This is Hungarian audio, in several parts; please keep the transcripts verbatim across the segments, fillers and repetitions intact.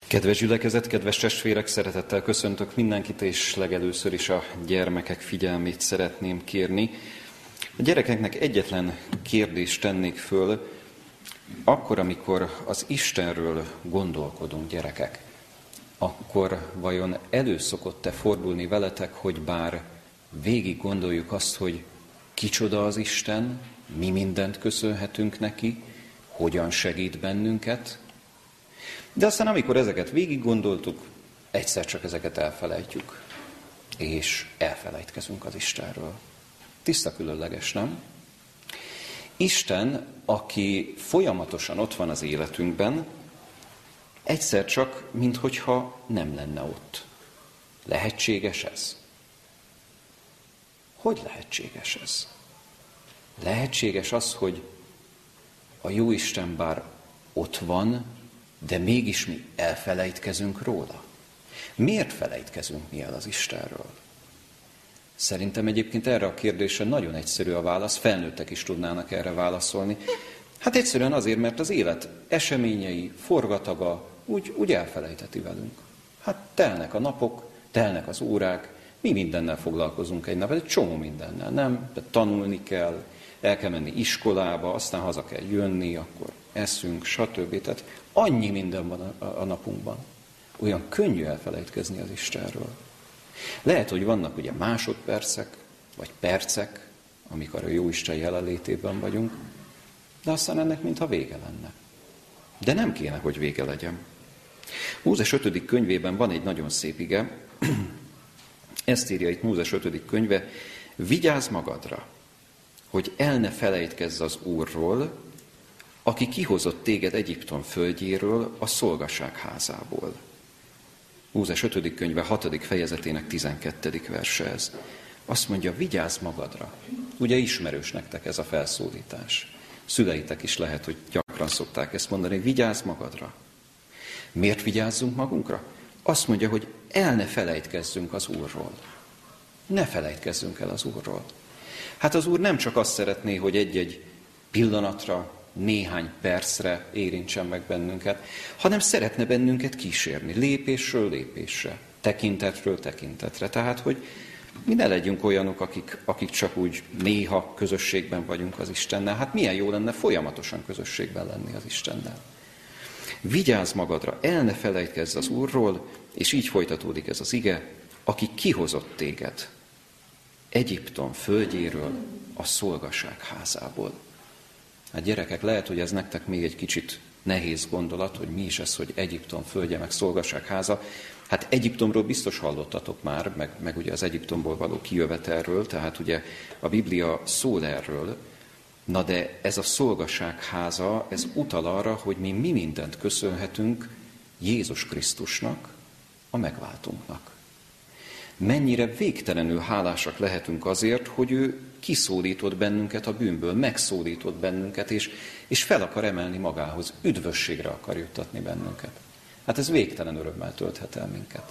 Kedves gyülekezet, kedves testvérek, szeretettel köszöntök mindenkit, és legelőször is a gyermekek figyelmét szeretném kérni. A gyerekeknek egyetlen kérdést tennék föl, akkor, amikor az Istenről gondolkodunk, gyerekek, akkor vajon elő szokott-e fordulni veletek, hogy bár végig gondoljuk azt, hogy kicsoda az Isten, mi mindent köszönhetünk neki, hogyan segít bennünket, de aztán amikor ezeket végig gondoltuk, egyszer csak ezeket elfelejtjük, és elfelejtkezünk az Istenről. Tiszta különleges, nem? Isten, aki folyamatosan ott van az életünkben, egyszer csak, minthogyha nem lenne ott. Lehetséges ez? Hogy lehetséges ez? Lehetséges az, hogy a Jóisten bár ott van, de mégis mi elfelejtkezünk róla. Miért felejtkezünk mi el az Istenről? Szerintem egyébként erre a kérdésre nagyon egyszerű a válasz, felnőttek is tudnának erre válaszolni. Hát egyszerűen azért, mert az élet eseményei, forgataga úgy, úgy elfelejteti velünk. Hát telnek a napok, telnek az órák, mi mindennel foglalkozunk egy nap, egy csomó mindennel, nem? De tanulni kell, el kell menni iskolába, aztán haza kell jönni, akkor eszünk, stb. Tehát annyi minden van a, a napunkban. Olyan könnyű elfelejtkezni az Istenről. Lehet, hogy vannak ugye másodpercek, vagy percek, amikor a Jóisten jelenlétében vagyunk, de aztán ennek mintha vége lenne. De nem kéne, hogy vége legyen. Mózes ötödik könyvében van egy nagyon szép ige, ezt írja itt Mózes ötödik könyve, vigyázz magadra, hogy el ne felejtkezz az Úrról, aki kihozott téged Egyiptom földjéről, a szolgaság házából. Mózes ötödik könyve hatodik fejezetének tizenkettedik verse ez. Azt mondja, vigyázz magadra. Ugye ismerős nektek ez a felszólítás. Szüleitek is lehet, hogy gyakran szokták ezt mondani, vigyázz magadra. Miért vigyázzunk magunkra? Azt mondja, hogy el ne felejtkezzünk az Úrról. Ne felejtkezzünk el az Úrról. Hát az Úr nem csak azt szeretné, hogy egy-egy pillanatra, néhány percre érintsen meg bennünket, hanem szeretne bennünket kísérni, lépésről lépésre, tekintetről tekintetre. Tehát, hogy mi ne legyünk olyanok, akik, akik csak úgy néha közösségben vagyunk az Istennel. Hát milyen jó lenne folyamatosan közösségben lenni az Istennel. Vigyázz magadra, el ne felejtkezz az Úrról, és így folytatódik ez az ige, aki kihozott téged Egyiptom földjéről, a szolgaság házából. Hát gyerekek, lehet, hogy ez nektek még egy kicsit nehéz gondolat, hogy mi is ez, hogy Egyiptom földje, meg szolgaság háza. Hát Egyiptomról biztos hallottatok már, meg, meg ugye az Egyiptomból való kijövetelről, tehát ugye a Biblia szól erről. Na de ez a szolgaság háza, ez utal arra, hogy mi mi mindent köszönhetünk Jézus Krisztusnak, a megváltónknak. Mennyire végtelenül hálásak lehetünk azért, hogy ő kiszólított bennünket a bűnből, megszólított bennünket, és, és fel akar emelni magához, üdvösségre akar juttatni bennünket. Hát ez végtelen örömmel tölthet el minket.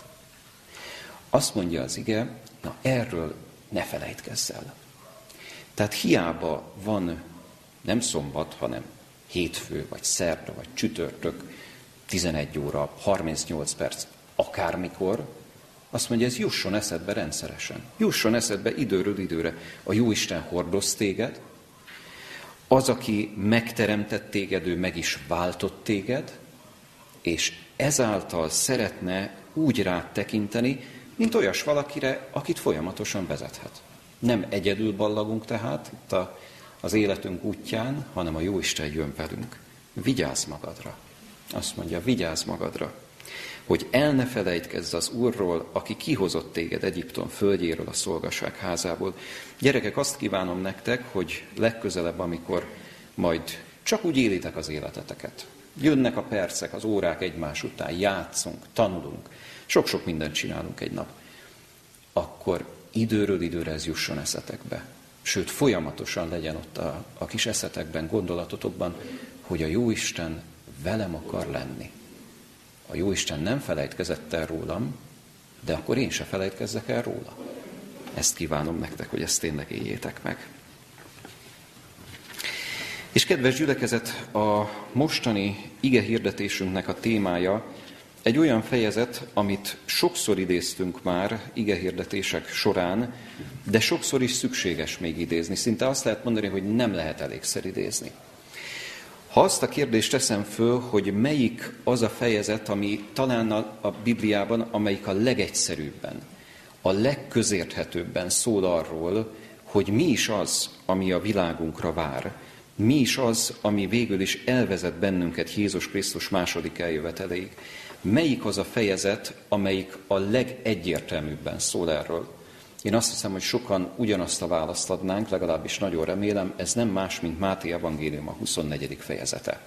Azt mondja az ige, na erről ne felejtkezz el. Tehát hiába van nem szombat, hanem hétfő, vagy szerda, vagy csütörtök, tizenegy óra, harmincnyolc perc, akármikor, azt mondja, ez jusson eszedbe rendszeresen. Jusson eszedbe időről időre. A Jóisten hordoz téged, az, aki megteremtett téged, ő meg is váltott téged, és ezáltal szeretne úgy rád tekinteni, mint olyas valakire, akit folyamatosan vezethet. Nem egyedül ballagunk tehát itt a, az életünk útján, hanem a Jóisten jön velünk. Vigyázz magadra. Azt mondja, vigyázz magadra, hogy el ne felejtkezz az Úrról, aki kihozott téged Egyiptom földjéről, a szolgaság házából. Gyerekek, azt kívánom nektek, hogy legközelebb, amikor majd csak úgy élitek az életeteket. Jönnek a percek, az órák egymás után, játszunk, tanulunk, sok-sok mindent csinálunk egy nap. Akkor időről időre ez jusson eszetekbe. Sőt, folyamatosan legyen ott a, a kis eszetekben, gondolatotokban, hogy a Jóisten velem akar lenni. A Jóisten nem felejtkezett el rólam, de akkor én se felejtkezzek el róla. Ezt kívánom nektek, hogy ezt tényleg éljétek meg. És kedves gyülekezet, a mostani ige hirdetésünknek a témája egy olyan fejezet, amit sokszor idéztünk már igehirdetések során, de sokszor is szükséges még idézni. Szinte azt lehet mondani, hogy nem lehet elégszer idézni. Ha azt a kérdést teszem föl, hogy melyik az a fejezet, ami talán a Bibliában, amelyik a legegyszerűbben, a legközérthetőbben szól arról, hogy mi is az, ami a világunkra vár, mi is az, ami végül is elvezet bennünket Jézus Krisztus második eljöveteléig. Melyik az a fejezet, amelyik a legegyértelműbben szól erről? Én azt hiszem, hogy sokan ugyanazt a választ adnánk, legalábbis nagyon remélem, ez nem más, mint Máté evangélium a huszonnegyedik fejezete.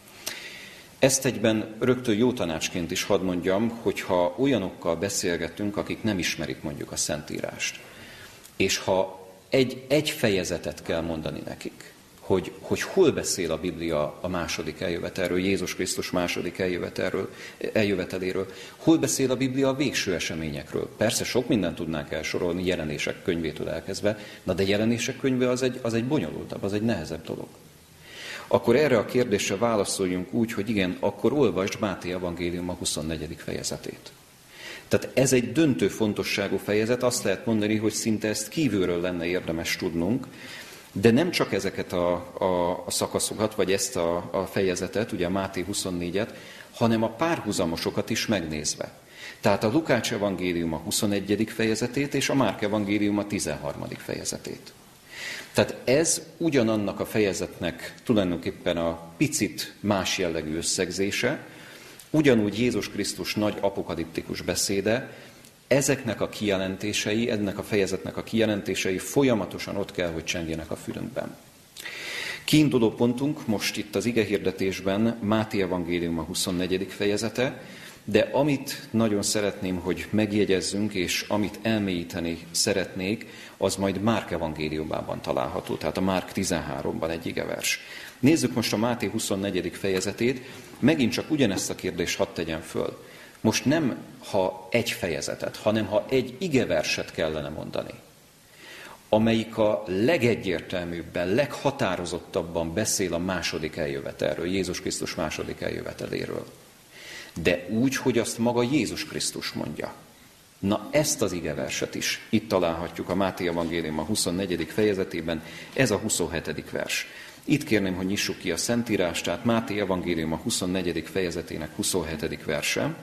Ezt egyben rögtön jó tanácsként is hadd mondjam, hogyha olyanokkal beszélgetünk, akik nem ismerik mondjuk a Szentírást, és ha egy, egy fejezetet kell mondani nekik, hogy, hogy hol beszél a Biblia a második eljövetelről, Jézus Krisztus második eljövetelről, eljöveteléről, hol beszél a Biblia a végső eseményekről. Persze sok mindent tudnánk elsorolni Jelenések könyvétől elkezdve, na de Jelenések könyve az egy, az egy bonyolultabb, az egy nehezebb dolog. Akkor erre a kérdésre válaszoljunk úgy, hogy igen, akkor olvasd Máté evangélium a huszonnegyedik fejezetét. Tehát ez egy döntő fontosságú fejezet, azt lehet mondani, hogy szinte ezt kívülről lenne érdemes tudnunk, de nem csak ezeket a, a, a szakaszokat, vagy ezt a, a fejezetet, ugye a Máté huszonnégyet, hanem a párhuzamosokat is megnézve. Tehát a Lukács evangélium a huszonegyedik fejezetét, és a Márk evangélium a tizenharmadik fejezetét. Tehát ez ugyanannak a fejezetnek tulajdonképpen a picit más jellegű összegzése, ugyanúgy Jézus Krisztus nagy apokaliptikus beszéde, ezeknek a kijelentései, ennek a fejezetnek a kijelentései folyamatosan ott kell, hogy csengjenek a fülünkben. Kiinduló pontunk most itt az igehirdetésben Máté evangélium a huszonnegyedik fejezete, de amit nagyon szeretném, hogy megjegyezzünk, és amit elmélyíteni szeretnék, az majd Márk evangéliumában található, tehát a Márk tizenháromban egy igevers. Nézzük most a Máté huszonnegyedik fejezetét, megint csak ugyanezt a kérdést hadd tegyem föl. Most nem, ha egy fejezetet, hanem ha egy igeverset kellene mondani, amelyik a legegyértelműbben, leghatározottabban beszél a második eljövetelről, Jézus Krisztus második eljöveteléről. De úgy, hogy azt maga Jézus Krisztus mondja. Na ezt az igeverset is itt találhatjuk a Máté evangélium a huszonnegyedik fejezetében, ez a huszonhetedik vers. Itt kérném, hogy nyissuk ki a Szentírást, tehát Máté evangélium a huszonnegyedik fejezetének huszonhetedik verse,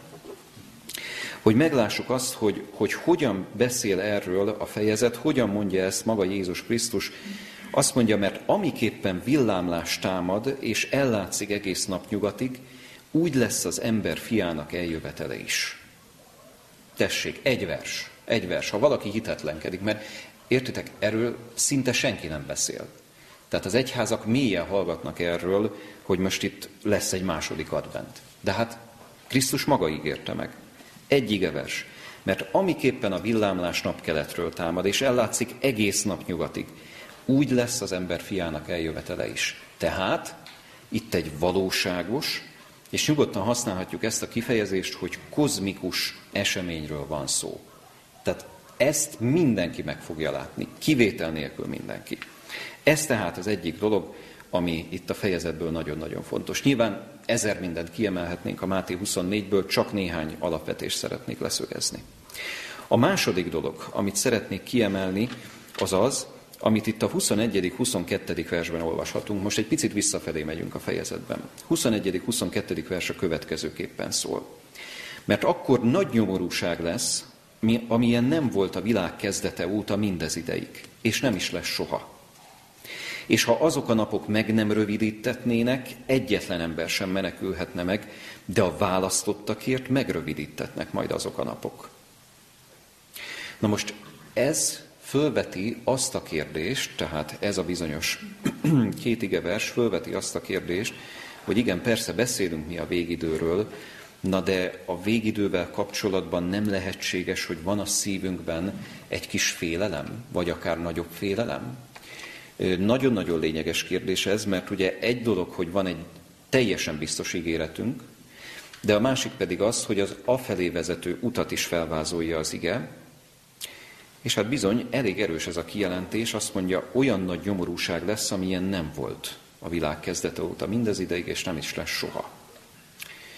hogy meglássuk azt, hogy, hogy hogyan beszél erről a fejezet, hogyan mondja ezt maga Jézus Krisztus. Azt mondja, mert amiképpen villámlás támad, és ellátszik egész nap nyugatig, úgy lesz az ember fiának eljövetele is. Tessék, egy vers, egy vers, ha valaki hitetlenkedik, mert értitek, erről szinte senki nem beszél. Tehát az egyházak mélyen hallgatnak erről, hogy most itt lesz egy második advent. De hát Krisztus maga ígérte meg. Egy igevers. Mert amiképpen a villámlás napkeletről támad, és ellátszik egész nap nyugatig, úgy lesz az ember fiának eljövetele is. Tehát itt egy valóságos, és nyugodtan használhatjuk ezt a kifejezést, hogy kozmikus eseményről van szó. Tehát ezt mindenki meg fogja látni, kivétel nélkül mindenki. Ez tehát az egyik dolog, ami itt a fejezetből nagyon-nagyon fontos. Nyilván ezer mindent kiemelhetnénk a Máté huszonnégyből, csak néhány alapvetést szeretnék leszögezni. A második dolog, amit szeretnék kiemelni, az az, amit itt a huszonegyedik huszonkettődik versben olvashatunk. Most egy picit visszafelé megyünk a fejezetben. huszonegyedik huszonkettődik vers a következőképpen szól. Mert akkor nagy nyomorúság lesz, amilyen nem volt a világ kezdete óta mindez ideig, és nem is lesz soha. És ha azok a napok meg nem rövidítetnének, egyetlen ember sem menekülhetne meg, de a választottakért megrövidítetnek majd azok a napok. Na most ez fölveti azt a kérdést, tehát ez a bizonyos két igevers fölveti azt a kérdést, hogy igen, persze beszélünk mi a végidőről, na de a végidővel kapcsolatban nem lehetséges, hogy van a szívünkben egy kis félelem, vagy akár nagyobb félelem? Nagyon-nagyon lényeges kérdés ez, mert ugye egy dolog, hogy van egy teljesen biztos ígéretünk, de a másik pedig az, hogy az afelé vezető utat is felvázolja az ige, és hát bizony, elég erős ez a kijelentés, azt mondja, olyan nagy nyomorúság lesz, amilyen nem volt a világ kezdete óta mindez ideig, és nem is lesz soha.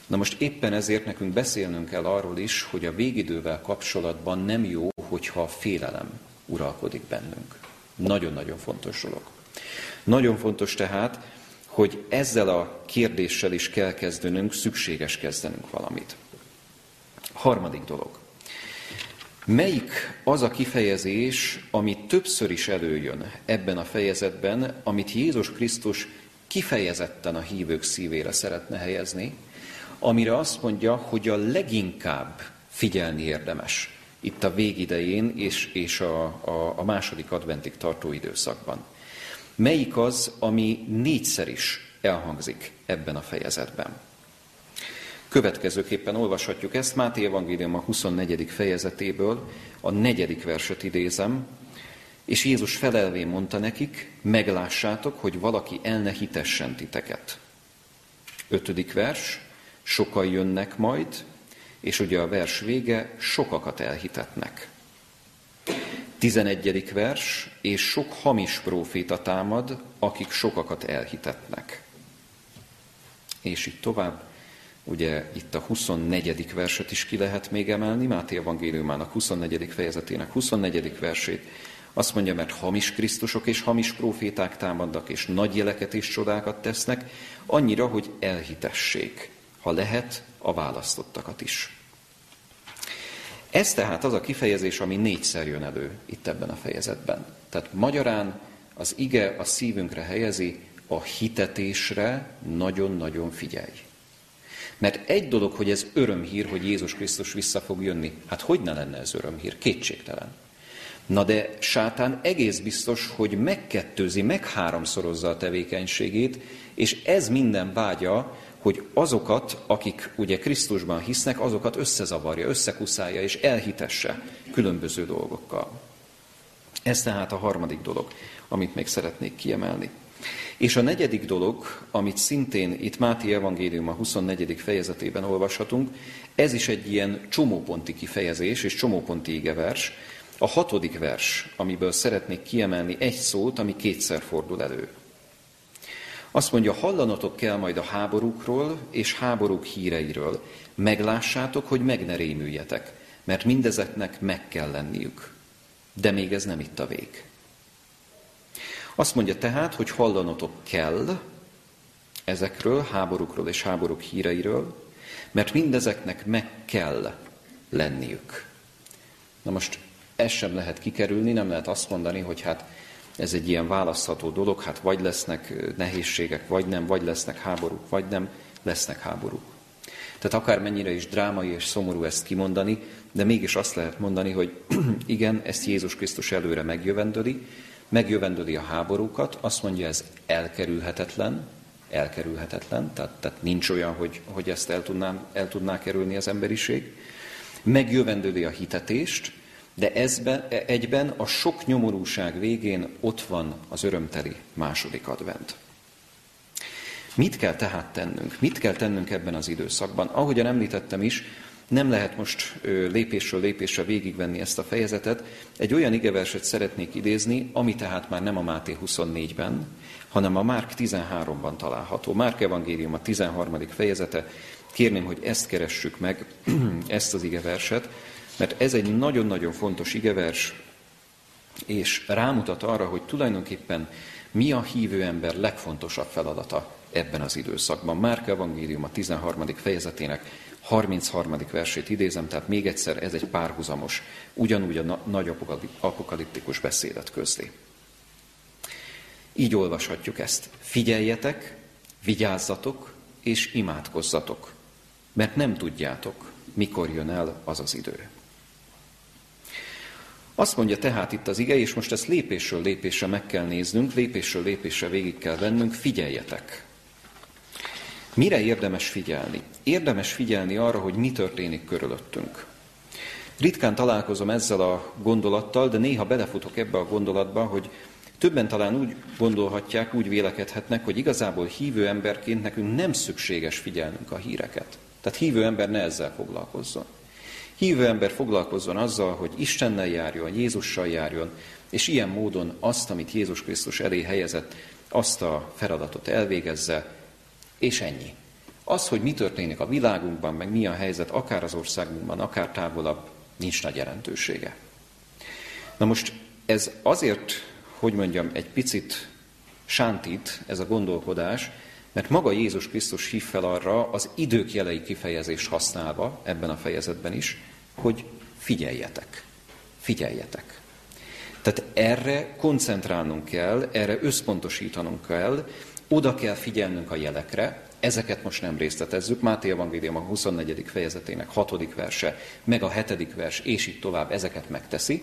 Na most éppen ezért nekünk beszélnünk kell arról is, hogy a végidővel kapcsolatban nem jó, hogyha a félelem uralkodik bennünk. Nagyon-nagyon fontos dolog. Nagyon fontos tehát, hogy ezzel a kérdéssel is kell kezdenünk, szükséges kezdenünk valamit. Harmadik dolog. Melyik az a kifejezés, ami többször is előjön ebben a fejezetben, amit Jézus Krisztus kifejezetten a hívők szívére szeretne helyezni, amire azt mondja, hogy a leginkább figyelni érdemes itt a végidején és, és a, a, a második adventig tartó időszakban. Melyik az, ami négyszer is elhangzik ebben a fejezetben? Következőképpen olvashatjuk ezt, Máté evangélium a huszonnegyedik fejezetéből, a negyedik verset idézem, és Jézus felelvén mondta nekik, meglássátok, hogy valaki el ne hitessen titeket. Ötödik vers, sokan jönnek majd, és ugye a vers vége, sokakat elhitetnek. Tizenegyedik vers, és sok hamis próféta támad, akik sokakat elhitetnek. És így tovább, ugye itt a huszonnegyedik verset is ki lehet még emelni, Máté evangéliumának huszonnegyedik fejezetének huszonnegyedik versét, azt mondja, mert hamis Krisztusok és hamis próféták támadnak, és nagy jeleket és csodákat tesznek, annyira, hogy elhitessék, ha lehet, a választottakat is. Ez tehát az a kifejezés, ami négyszer jön elő itt ebben a fejezetben. Tehát magyarán az ige a szívünkre helyezi, a hitetésre nagyon-nagyon figyelj. Mert egy dolog, hogy ez örömhír, hogy Jézus Krisztus vissza fog jönni. Hát hogy ne lenne ez örömhír? Kétségtelen. Na de sátán egész biztos, hogy megkettőzi, megháromszorozza a tevékenységét, és ez minden vágya, hogy azokat, akik ugye Krisztusban hisznek, azokat összezavarja, összekuszálja és elhitesse különböző dolgokkal. Ez tehát a harmadik dolog, amit még szeretnék kiemelni. És a negyedik dolog, amit szintén itt Máté evangélium a huszonnegyedik fejezetében olvashatunk, ez is egy ilyen csomóponti kifejezés és csomóponti igevers, a hatodik vers, amiből szeretnék kiemelni egy szót, ami kétszer fordul elő. Azt mondja, hallanotok kell majd a háborúkról és háborúk híreiről. Meglássátok, hogy meg ne rémüljetek, mert mindezeknek meg kell lenniük. De még ez nem itt a vég. Azt mondja tehát, hogy hallanotok kell ezekről, háborúkról és háborúk híreiről, mert mindezeknek meg kell lenniük. Na most ezt sem lehet kikerülni, nem lehet azt mondani, hogy hát ez egy ilyen választható dolog, hát vagy lesznek nehézségek, vagy nem, vagy lesznek háborúk, vagy nem lesznek háborúk. Tehát akármennyire is drámai és szomorú ezt kimondani, de mégis azt lehet mondani, hogy igen, ezt Jézus Krisztus előre megjövendöli, megjövendöli a háborúkat, azt mondja, ez elkerülhetetlen, elkerülhetetlen, tehát, tehát nincs olyan, hogy, hogy ezt el, tudnám, el tudná kerülni az emberiség. Megjövendöli a hitetést, de ezben, egyben a sok nyomorúság végén ott van az örömteli második advent. Mit kell tehát tennünk? Mit kell tennünk ebben az időszakban? Ahogyan említettem is, nem lehet most lépésről lépésre végigvenni ezt a fejezetet. Egy olyan igeverset szeretnék idézni, ami tehát már nem a Máté huszonnégyben, hanem a Márk tizenháromban található. Márk evangélium a tizenharmadik fejezete. Kérném, hogy ezt keressük meg, ezt az igeverset, mert ez egy nagyon-nagyon fontos igevers, és rámutat arra, hogy tulajdonképpen mi a hívő ember legfontosabb feladata ebben az időszakban. Márk evangélium a tizenharmadik fejezetének harmincharmadik versét idézem, tehát még egyszer ez egy párhuzamos, ugyanúgy a na- nagy apokaliptikus beszédet közli. Így olvashatjuk ezt. Figyeljetek, vigyázzatok és imádkozzatok, mert nem tudjátok, mikor jön el az az idő. Azt mondja tehát itt az ige, és most ezt lépésről lépésre meg kell néznünk, lépésről lépésre végig kell vennünk, figyeljetek. Mire érdemes figyelni? Érdemes figyelni arra, hogy mi történik körülöttünk. Ritkán találkozom ezzel a gondolattal, de néha belefutok ebbe a gondolatba, hogy többen talán úgy gondolhatják, úgy vélekedhetnek, hogy igazából hívő emberként nekünk nem szükséges figyelnünk a híreket. Tehát hívő ember ne ezzel foglalkozzon. Hívő ember foglalkozzon azzal, hogy Istennel járjon, Jézussal járjon, és ilyen módon azt, amit Jézus Krisztus elé helyezett, azt a feladatot elvégezze, és ennyi. Az, hogy mi történik a világunkban, meg mi a helyzet, akár az országunkban, akár távolabb, nincs nagy jelentősége. Na most ez azért, hogy mondjam, egy picit sántít ez a gondolkodás, mert maga Jézus Krisztus hív fel arra az idők jelei kifejezést használva, ebben a fejezetben is, hogy figyeljetek, figyeljetek. Tehát erre koncentrálnunk kell, erre összpontosítanunk kell, oda kell figyelnünk a jelekre, ezeket most nem részletezzük, Máté evangélium a huszonnegyedik fejezetének hatodik verse, meg a hetedik vers, és így tovább ezeket megteszi.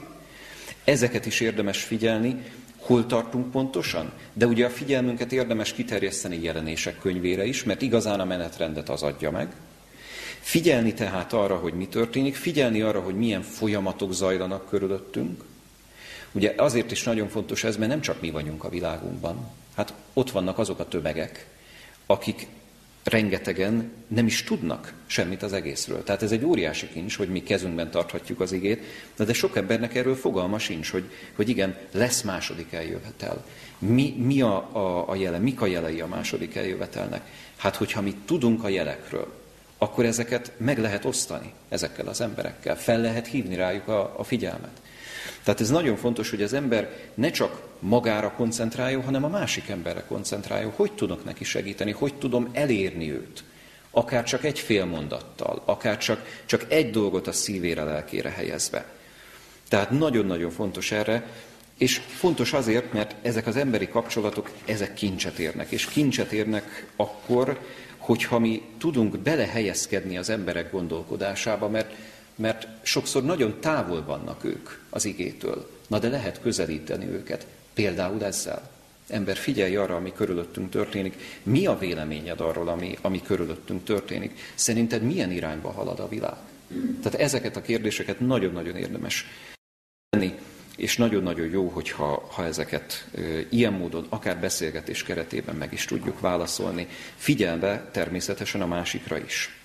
Ezeket is érdemes figyelni, hol tartunk pontosan, de ugye a figyelmünket érdemes kiterjeszteni Jelenések könyvére is, mert igazán a menetrendet az adja meg. Figyelni tehát arra, hogy mi történik, figyelni arra, hogy milyen folyamatok zajlanak körülöttünk. Ugye azért is nagyon fontos ez, mert nem csak mi vagyunk a világunkban. Hát ott vannak azok a tömegek, akik rengetegen nem is tudnak semmit az egészről. Tehát ez egy óriási kincs, hogy mi kezünkben tarthatjuk az igét, de sok embernek erről fogalma sincs, hogy, hogy igen, lesz második eljövetel. Mi, mi a, a, a jele, mik a jelei a második eljövetelnek? Hát, hogyha mi tudunk a jelekről, akkor ezeket meg lehet osztani ezekkel az emberekkel, fel lehet hívni rájuk a, a figyelmet. Tehát ez nagyon fontos, hogy az ember ne csak magára koncentráljon, hanem a másik emberre koncentráljon. Hogy tudok neki segíteni, hogy tudom elérni őt. Akár csak egy fél mondattal, akár csak, csak egy dolgot a szívére, lelkére helyezve. Tehát nagyon-nagyon fontos erre, és fontos azért, mert ezek az emberi kapcsolatok, ezek kincset érnek. És kincset érnek akkor, hogyha mi tudunk belehelyezkedni az emberek gondolkodásába, mert mert sokszor nagyon távol vannak ők az igétől. Na de lehet közelíteni őket. Például ezzel. Ember, figyelj arra, ami körülöttünk történik. Mi a véleményed arról, ami, ami körülöttünk történik? Szerinted milyen irányba halad a világ? Tehát ezeket a kérdéseket nagyon-nagyon érdemes tenni, és nagyon-nagyon jó, hogyha ha ezeket e, ilyen módon, akár beszélgetés keretében meg is tudjuk válaszolni, figyelve természetesen a másikra is.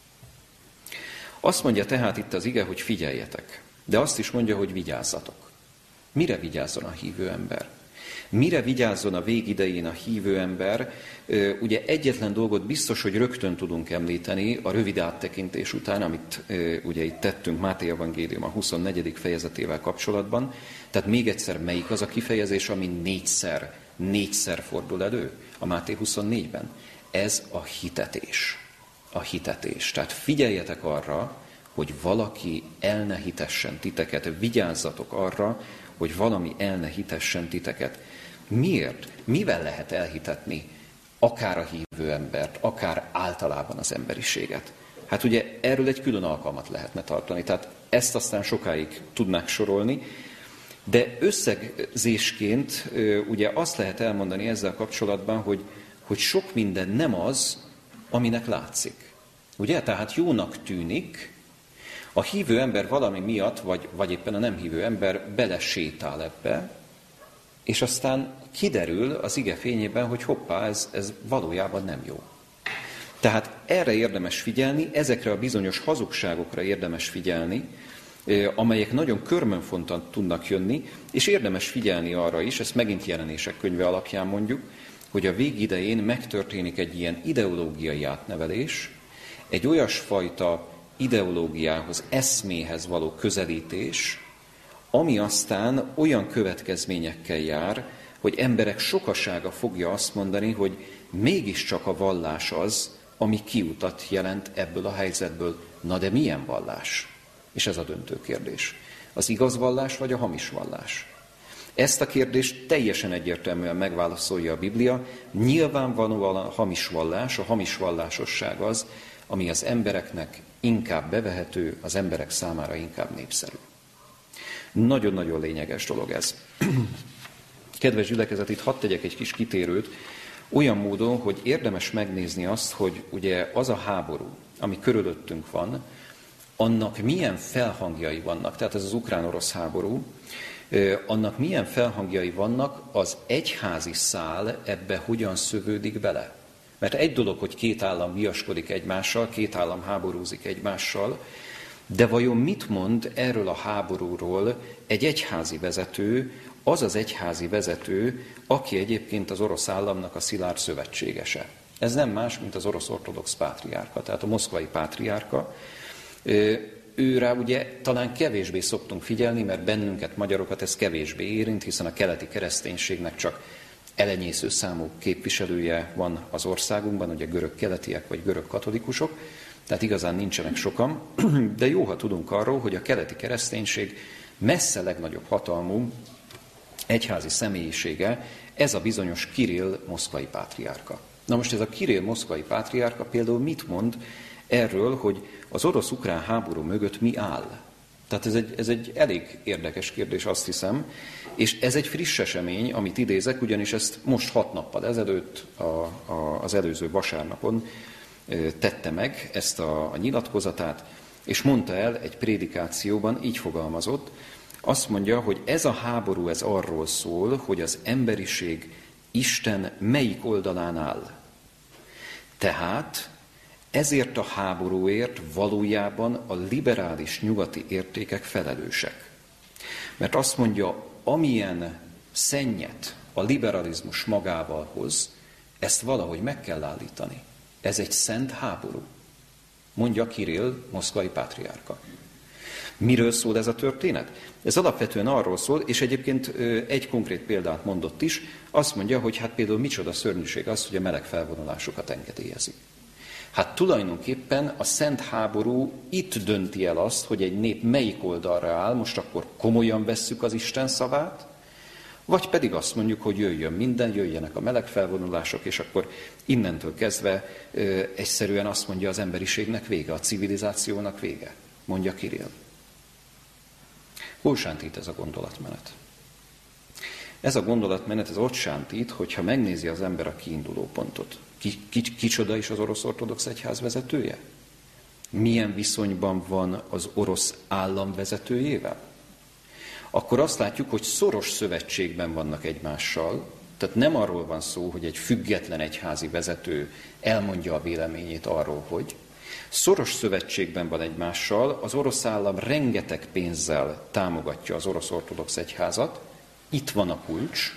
Azt mondja tehát itt az ige, hogy figyeljetek, de azt is mondja, hogy vigyázzatok. Mire vigyázzon a hívő ember? Mire vigyázzon a végidején a hívő ember? Ugye egyetlen dolgot biztos, hogy rögtön tudunk említeni a rövid áttekintés után, amit ugye itt tettünk Máté evangélium a huszonnegyedik fejezetével kapcsolatban. Tehát még egyszer, melyik az a kifejezés, ami négyszer, négyszer fordul elő a Máté huszonnégyben? Ez a hitetés. A hitetés. Tehát figyeljetek arra, hogy valaki el ne hitessen titeket, vigyázzatok arra, hogy valami el ne hitessen titeket. Miért? Mivel lehet elhitetni akár a hívő embert, akár általában az emberiséget? Hát ugye erről egy külön alkalmat lehetne tartani, tehát ezt aztán sokáig tudnák sorolni, de összegzésként ugye azt lehet elmondani ezzel kapcsolatban, hogy, hogy sok minden nem az, aminek látszik. Ugye? Tehát jónak tűnik, a hívő ember valami miatt, vagy, vagy éppen a nem hívő ember belesétál ebbe, és aztán kiderül az ige fényében, hogy hoppá, ez, ez valójában nem jó. Tehát erre érdemes figyelni, ezekre a bizonyos hazugságokra érdemes figyelni, amelyek nagyon körmönfontan tudnak jönni, és érdemes figyelni arra is, ezt megint Jelenések könyve alapján mondjuk, hogy a végidején megtörténik egy ilyen ideológiai átnevelés, egy olyasfajta ideológiához, eszméhez való közelítés, ami aztán olyan következményekkel jár, hogy emberek sokasága fogja azt mondani, hogy mégiscsak a vallás az, ami kiutat jelent ebből a helyzetből. Na de milyen vallás? És ez a döntő kérdés. Az igaz vallás vagy a hamis vallás? Ezt a kérdést teljesen egyértelműen megválaszolja a Biblia. Nyilvánvalóan a hamis vallás, a hamis vallásosság az, ami az embereknek inkább bevehető, az emberek számára inkább népszerű. Nagyon-nagyon lényeges dolog ez. Kedves gyülekezet, itt hadd tegyek egy kis kitérőt, olyan módon, hogy érdemes megnézni azt, hogy ugye az a háború, ami körülöttünk van, annak milyen felhangjai vannak, tehát ez az ukrán-orosz háború, annak milyen felhangjai vannak, az egyházi szál ebbe hogyan szövődik bele. Mert egy dolog, hogy két állam viaskodik egymással, két állam háborúzik egymással, de vajon mit mond erről a háborúról egy egyházi vezető, az az egyházi vezető, aki egyébként az orosz államnak a szilárd szövetségese? Ez nem más, mint az orosz ortodox pátriárka, tehát a moszkvai pátriárka. Ő rá ugye talán kevésbé szoktunk figyelni, mert bennünket, magyarokat ez kevésbé érint, hiszen a keleti kereszténységnek csak elenyésző számú képviselője van az országunkban, ugye görög keletiek vagy görög katolikusok, tehát igazán nincsenek sokan, de jó, ha tudunk arról, hogy a keleti kereszténység messze legnagyobb hatalmú egyházi személyisége, ez a bizonyos Kirill moszkvai pátriárka. Na most ez a Kirill moszkvai pátriárka például mit mond erről, hogy az orosz-ukrán háború mögött mi áll? Tehát ez egy, ez egy elég érdekes kérdés, azt hiszem, és ez egy friss esemény, amit idézek, ugyanis ezt most hat nappal ezelőtt, a, a, az előző vasárnapon tette meg ezt a, a nyilatkozatát, és mondta el egy prédikációban, így fogalmazott, azt mondja, hogy ez a háború ez arról szól, hogy az emberiség Isten melyik oldalán áll. Tehát ezért a háborúért valójában a liberális nyugati értékek felelősek. Mert azt mondja, amilyen szennyet a liberalizmus magával hoz, ezt valahogy meg kell állítani. Ez egy szent háború, mondja Kirill moszkvai pátriárka. Miről szól ez a történet? Ez alapvetően arról szól, és egyébként egy konkrét példát mondott is, azt mondja, hogy hát például micsoda szörnyűség az, hogy a meleg felvonulásokat engedélyezik. Hát tulajdonképpen a szent háború itt dönti el azt, hogy egy nép melyik oldalra áll, most akkor komolyan vesszük az Isten szavát, vagy pedig azt mondjuk, hogy jöjjön minden, jöjjenek a meleg felvonulások, és akkor innentől kezdve ö, egyszerűen azt mondja az emberiségnek vége, a civilizációnak vége, mondja Kirill. Hol sántít ez a gondolatmenet? Ez a gondolatmenet, ez ott sántít, hogyha megnézi az ember a kiinduló pontot. Ki, ki, kicsoda is az orosz ortodox egyház vezetője? Milyen viszonyban van az orosz állam vezetőjével? Akkor azt látjuk, hogy szoros szövetségben vannak egymással, tehát nem arról van szó, hogy egy független egyházi vezető elmondja a véleményét arról, hogy szoros szövetségben van egymással, az orosz állam rengeteg pénzzel támogatja az orosz ortodox egyházat, itt van a kulcs,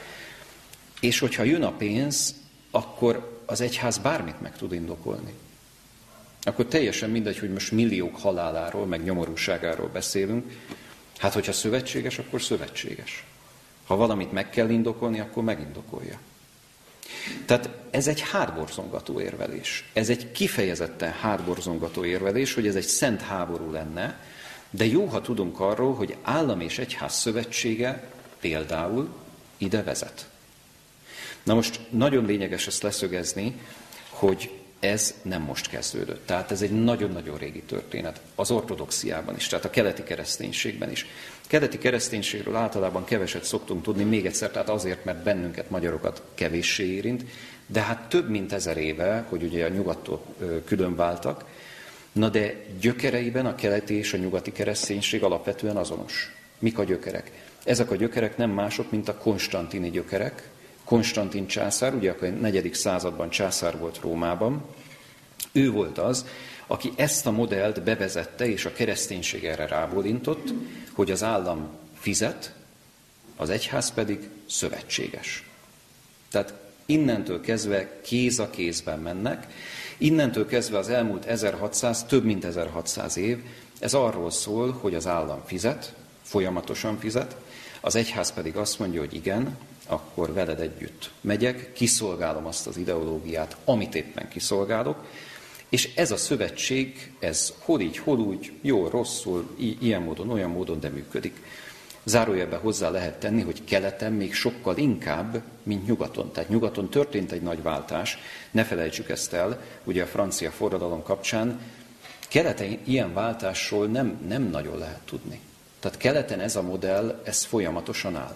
és hogyha jön a pénz, akkor az egyház bármit meg tud indokolni. Akkor teljesen mindegy, hogy most milliók haláláról, meg nyomorúságáról beszélünk. Hát, hogyha szövetséges, akkor szövetséges. Ha valamit meg kell indokolni, akkor megindokolja. Tehát ez egy hátborzongató érvelés. Ez egy kifejezetten hátborzongató érvelés, hogy ez egy szent háború lenne, de jó, ha tudunk arról, hogy állam és egyház szövetsége például ide vezet. Na most nagyon lényeges ezt leszögezni, hogy ez nem most kezdődött. Tehát ez egy nagyon-nagyon régi történet. Az ortodoxiában is, tehát a keleti kereszténységben is. A keleti kereszténységről általában keveset szoktunk tudni, még egyszer, tehát azért, mert bennünket, magyarokat kevéssé érint, de hát több mint ezer éve, hogy ugye a nyugattól külön váltak, na de gyökereiben a keleti és a nyugati kereszténység alapvetően azonos. Mik a gyökerek? Ezek a gyökerek nem mások, mint a konstantini gyökerek. Konstantin császár, ugye a negyedik században császár volt Rómában, ő volt az, aki ezt a modellt bevezette, és a kereszténység erre rábólintott, hogy az állam fizet, az egyház pedig szövetséges. Tehát innentől kezdve kéz a kézben mennek, innentől kezdve az elmúlt ezerhatszáz, több mint ezerhatszáz év, ez arról szól, hogy az állam fizet, folyamatosan fizet, az egyház pedig azt mondja, hogy igen, akkor veled együtt megyek, kiszolgálom azt az ideológiát, amit éppen kiszolgálok, és ez a szövetség, ez hol így, hol úgy, jó, rosszul, i- ilyen módon, olyan módon, de működik. Zárójelben hozzá lehet tenni, hogy keleten még sokkal inkább, mint nyugaton. Tehát nyugaton történt egy nagy váltás, ne felejtsük ezt el, ugye a francia forradalom kapcsán, keleten ilyen váltásról nem, nem nagyon lehet tudni. Tehát keleten ez a modell, ez folyamatosan áll.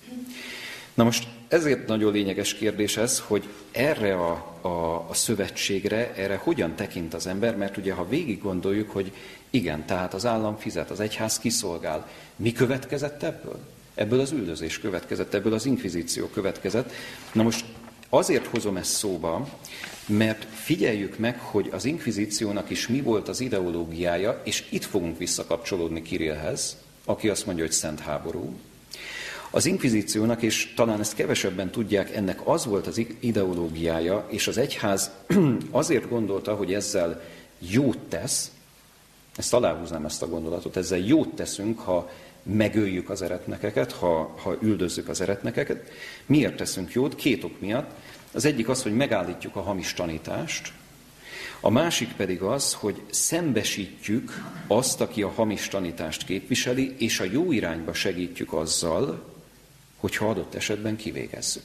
Na most ezért nagyon lényeges kérdés ez, hogy erre a, a, a szövetségre, erre hogyan tekint az ember, mert ugye ha végig gondoljuk, hogy igen, tehát az állam fizet, az egyház kiszolgál. Mi következett ebből? Ebből az üldözés következett, ebből az inkvizíció következett. Na most azért hozom ezt szóba, mert figyeljük meg, hogy az inkvizíciónak is mi volt az ideológiája, és itt fogunk visszakapcsolódni Kirillhez, aki azt mondja, hogy szent háború. Az inkvizíciónak, és talán ezt kevesebben tudják, ennek az volt az ideológiája, és az egyház azért gondolta, hogy ezzel jót tesz, ezt aláhúznám ezt a gondolatot, ezzel jót teszünk, ha megöljük az eretnekeket, ha, ha üldözzük az eretnekeket. Miért teszünk jót? Két ok miatt. Az egyik az, hogy megállítjuk a hamis tanítást, a másik pedig az, hogy szembesítjük azt, aki a hamis tanítást képviseli, és a jó irányba segítjük azzal, hogyha adott esetben kivégezzük.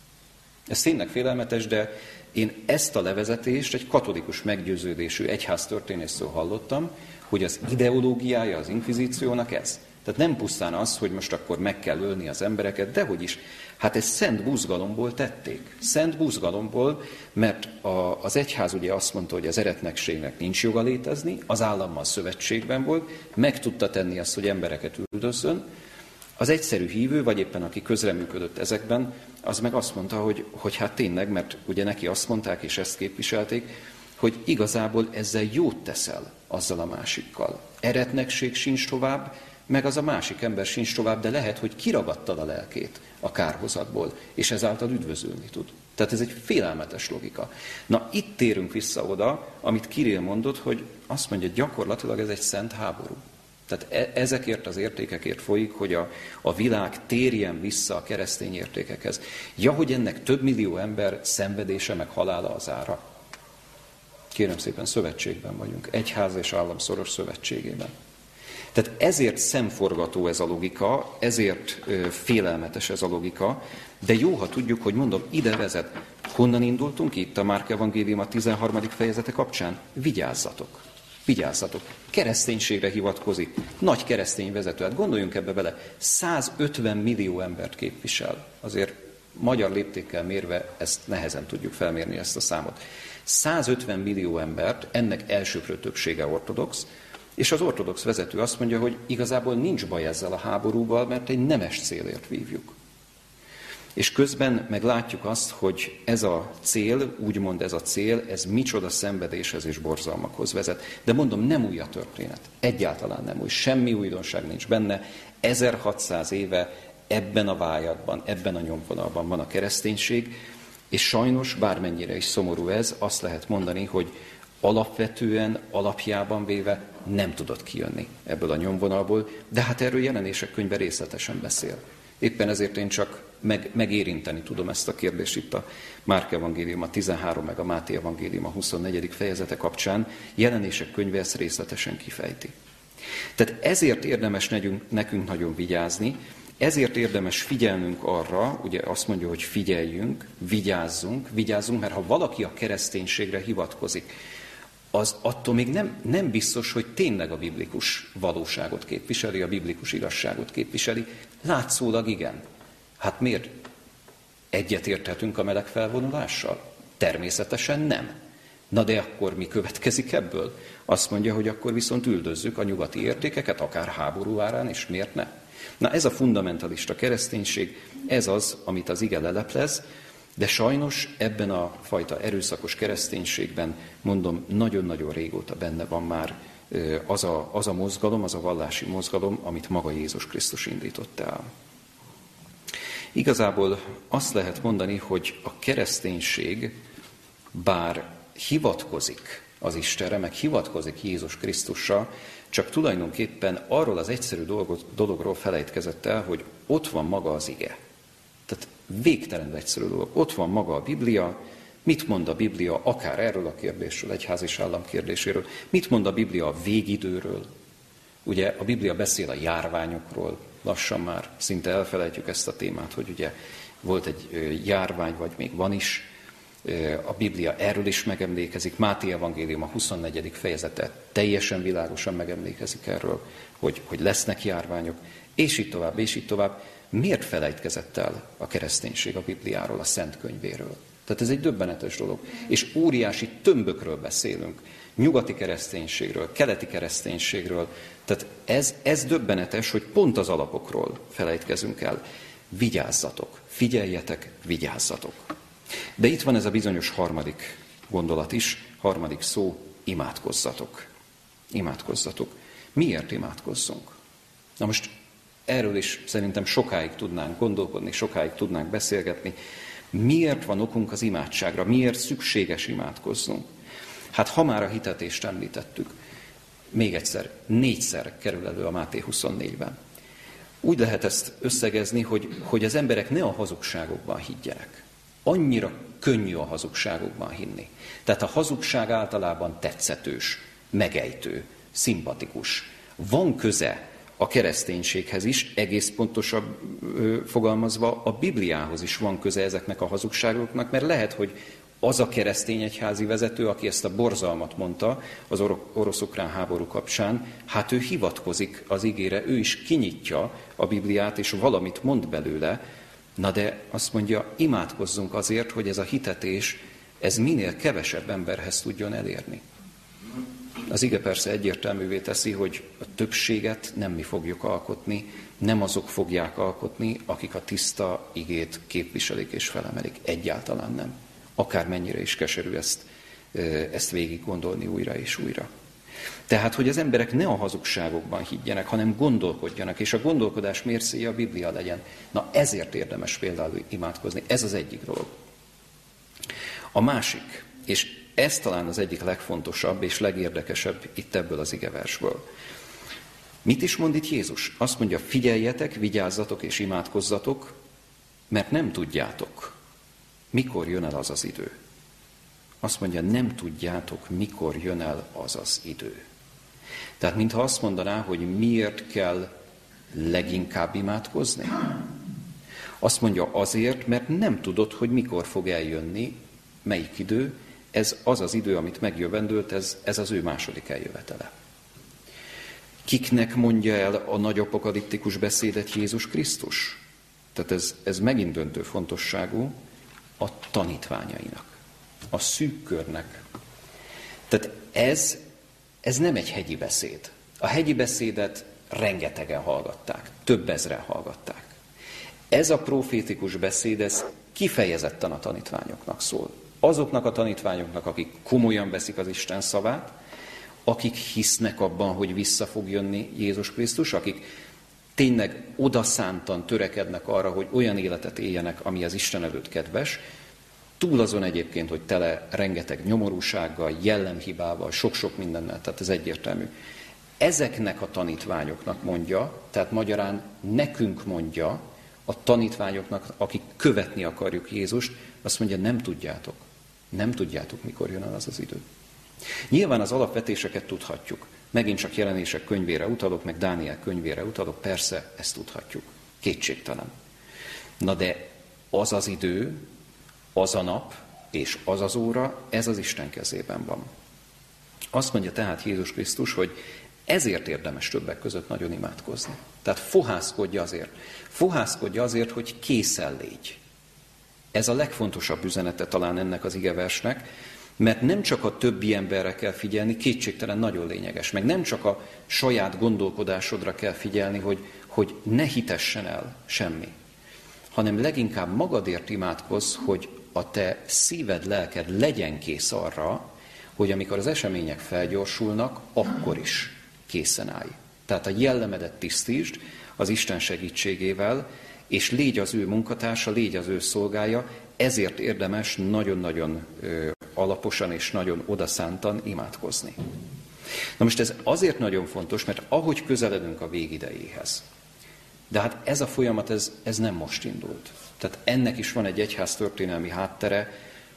Ez tényleg félelmetes, de én ezt a levezetést egy katolikus meggyőződésű egyháztörténésztől hallottam, hogy az ideológiája az inkvizíciónak ez. Tehát nem pusztán az, hogy most akkor meg kell ölni az embereket, dehogy is. Hát ezt szent buzgalomból tették. Szent buzgalomból, mert a, az egyház ugye azt mondta, hogy az eretnekségnek nincs joga létezni, az állammal szövetségben volt, meg tudta tenni azt, hogy embereket üldözzön. Az egyszerű hívő, vagy éppen aki közreműködött ezekben, az meg azt mondta, hogy, hogy hát tényleg, mert ugye neki azt mondták, és ezt képviselték, hogy igazából ezzel jót teszel azzal a másikkal. Eretnekség sincs tovább, meg az a másik ember sincs tovább, de lehet, hogy kiragadtad a lelkét a kárhozatból, és ezáltal üdvözülni tud. Tehát ez egy félelmetes logika. Na, itt térünk vissza oda, amit Kirill mondott, hogy azt mondja, gyakorlatilag ez egy szent háború. Tehát e- ezekért az értékekért folyik, hogy a, a világ térjen vissza a keresztény értékekhez. Ja, hogy ennek több millió ember szenvedése meg halála az ára. Kérem szépen, szövetségben vagyunk. Egyház és állam szoros szövetségében. Tehát ezért szemforgató ez a logika, ezért ö, félelmetes ez a logika, de jó, ha tudjuk, hogy mondom, ide vezet. Honnan indultunk itt a Márk evangélium a tizenharmadik fejezete kapcsán? Vigyázzatok! Vigyázzatok! Kereszténységre hivatkozik. Nagy keresztény vezető. Hát gondoljunk ebbe bele. százötven millió embert képvisel. Azért magyar léptékkel mérve ezt nehezen tudjuk felmérni, ezt a számot. százötven millió embert, ennek elsőprő többsége ortodox, és az ortodox vezető azt mondja, hogy igazából nincs baj ezzel a háborúval, mert egy nemes célért vívjuk. És közben meglátjuk azt, hogy ez a cél, úgymond ez a cél, ez micsoda szenvedéshez és borzalmakhoz vezet. De mondom, nem új a történet. Egyáltalán nem új. Semmi újdonság nincs benne. ezerhatszáz éve ebben a vályadban, ebben a nyomvonalban van a kereszténység, és sajnos, bármennyire is szomorú ez, azt lehet mondani, hogy alapvetően, alapjában véve nem tudott kijönni ebből a nyomvonalból, de hát erről Jelenések könyve részletesen beszél. Éppen ezért én csak meg, megérinteni tudom ezt a kérdést itt a Márk evangélium a tizenhárom meg a Máté evangélium a huszonnegyedik fejezete kapcsán. Jelenések könyve ezt részletesen kifejti. Tehát ezért érdemes nekünk, nekünk nagyon vigyázni, ezért érdemes figyelnünk arra, ugye azt mondja, hogy figyeljünk, vigyázzunk, vigyázzunk, mert ha valaki a kereszténységre hivatkozik, az attól még nem, nem biztos, hogy tényleg a biblikus valóságot képviseli, a biblikus igazságot képviseli. Látszólag igen. Hát miért? Egyetérthetünk a meleg felvonulással? Természetesen nem. Na de akkor mi következik ebből? Azt mondja, hogy akkor viszont üldözzük a nyugati értékeket, akár háború árán, és miért ne? Na ez a fundamentalista kereszténység, ez az, amit az ige leleplez, de sajnos ebben a fajta erőszakos kereszténységben, mondom, nagyon-nagyon régóta benne van már az a, az a mozgalom, az a vallási mozgalom, amit maga Jézus Krisztus indított el. Igazából azt lehet mondani, hogy a kereszténység bár hivatkozik az Istenre, meg hivatkozik Jézus Krisztusra, csak tulajdonképpen arról az egyszerű dolgot, dologról felejtkezett el, hogy ott van maga az ige. Tehát végtelenül egyszerű dolog. Ott van maga a Biblia, mit mond a Biblia akár erről a kérdésről, egyház és állam kérdéséről, mit mond a Biblia a végidőről. Ugye a Biblia beszél a járványokról, lassan már szinte elfelejtjük ezt a témát, hogy ugye volt egy járvány, vagy még van is. A Biblia erről is megemlékezik, Máté evangélium a huszonnegyedik fejezete teljesen világosan megemlékezik erről, hogy, hogy lesznek járványok, és így tovább, és így tovább. Miért felejtkezett el a kereszténység a Bibliáról, a Szent Könyvéről? Tehát ez egy döbbenetes dolog. És óriási tömbökről beszélünk, nyugati kereszténységről, keleti kereszténységről. Tehát ez, ez döbbenetes, hogy pont az alapokról felejtkezünk el. Vigyázzatok, figyeljetek, vigyázzatok. De itt van ez a bizonyos harmadik gondolat is, harmadik szó, imádkozzatok. Imádkozzatok. Miért imádkozzunk? Na most Erről is szerintem sokáig tudnánk gondolkodni, sokáig tudnánk beszélgetni. Miért van okunk az imádságra? Miért szükséges imádkoznunk? Hát ha már a hitetést említettük, még egyszer, négyszer kerül elő a Máté huszonnégyben. Úgy lehet ezt összegezni, hogy, hogy az emberek ne a hazugságokban higgyenek. Annyira könnyű a hazugságokban hinni. Tehát a hazugság általában tetszetős, megejtő, szimpatikus. Van köze a kereszténységhez is, egész pontosabb fogalmazva a Bibliához is van köze ezeknek a hazugságoknak, mert lehet, hogy az a keresztény egyházi vezető, aki ezt a borzalmat mondta az orosz-ukrán háború kapcsán, hát ő hivatkozik az igére, ő is kinyitja a Bibliát, és valamit mond belőle, na de azt mondja, imádkozzunk azért, hogy ez a hitetés, ez minél kevesebb emberhez tudjon elérni. Az ige persze egyértelművé teszi, hogy a többséget nem mi fogjuk alkotni, nem azok fogják alkotni, akik a tiszta igét képviselik és felemelik. Egyáltalán nem. Akármennyire is keserű ezt, ezt végig gondolni újra és újra. Tehát, hogy az emberek ne a hazugságokban higgyenek, hanem gondolkodjanak, és a gondolkodás mércéje a Biblia legyen. Na ezért érdemes például imádkozni. Ez az egyik dolog. A másik, és ez talán az egyik legfontosabb és legérdekesebb itt ebből az igeversből. Mit is mond itt Jézus? Azt mondja, figyeljetek, vigyázzatok és imádkozzatok, mert nem tudjátok, mikor jön el az az idő. Azt mondja, nem tudjátok, mikor jön el az az idő. Tehát mintha azt mondaná, hogy miért kell leginkább imádkozni. Azt mondja azért, mert nem tudod, hogy mikor fog eljönni, melyik idő. Ez az az idő, amit megjövendőlt, ez, ez az ő második eljövetele. Kiknek mondja el a nagy apokaliptikus beszédet Jézus Krisztus? Tehát ez, ez megint döntő fontosságú, a tanítványainak, a szűk körnek. Tehát ez, ez nem egy hegyi beszéd. A hegyi beszédet rengetegen hallgatták, több ezren hallgatták. Ez a profétikus beszéd, ez kifejezetten a tanítványoknak szól. Azoknak a tanítványoknak, akik komolyan veszik az Isten szavát, akik hisznek abban, hogy vissza fog jönni Jézus Krisztus, akik tényleg odaszántan törekednek arra, hogy olyan életet éljenek, ami az Isten előtt kedves, túl azon egyébként, hogy tele rengeteg nyomorúsággal, jellemhibával, sok-sok mindennel, tehát ez egyértelmű. Ezeknek a tanítványoknak mondja, tehát magyarán nekünk mondja, a tanítványoknak, akik követni akarjuk Jézust, azt mondja, nem tudjátok. Nem tudjátok, mikor jön el az az idő. Nyilván az alapvetéseket tudhatjuk. Megint csak Jelenések könyvére utalok, meg Dániel könyvére utalok, persze ezt tudhatjuk. Kétségtelen. Na de az az idő, az a nap és az az óra, ez az Isten kezében van. Azt mondja tehát Jézus Krisztus, hogy ezért érdemes többek között nagyon imádkozni. Tehát fohászkodja azért. Fohászkodja azért, hogy készen légy. Ez a legfontosabb üzenete talán ennek az igeversnek, mert nem csak a többi emberre kell figyelni, kétségtelen nagyon lényeges, meg nem csak a saját gondolkodásodra kell figyelni, hogy, hogy ne hitessen el semmi, hanem leginkább magadért imádkozz, hogy a te szíved, lelked legyen kész arra, hogy amikor az események felgyorsulnak, akkor is készen állj. Tehát a jellemedet tisztítsd az Isten segítségével, és légy az ő munkatársa, légy az ő szolgája, ezért érdemes nagyon-nagyon ö, alaposan és nagyon odaszántan imádkozni. Na most ez azért nagyon fontos, mert ahogy közeledünk a végidejéhez, de hát ez a folyamat, ez, ez nem most indult. Tehát ennek is van egy egyháztörténelmi háttere,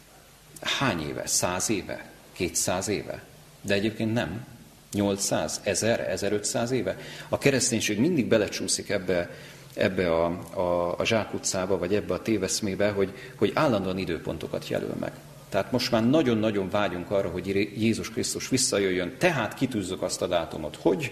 hány éve? Száz éve? Kétszáz éve? De egyébként nem. nyolcszáz, ezer, ezerötszáz éve? A kereszténység mindig belecsúszik ebbe, ebbe a, a, a zsákutcába, vagy ebbe a téveszmébe, hogy, hogy állandóan időpontokat jelöl meg. Tehát most már nagyon-nagyon vágyunk arra, hogy Jézus Krisztus visszajöjjön, tehát kitűzzük azt a dátumot, hogy,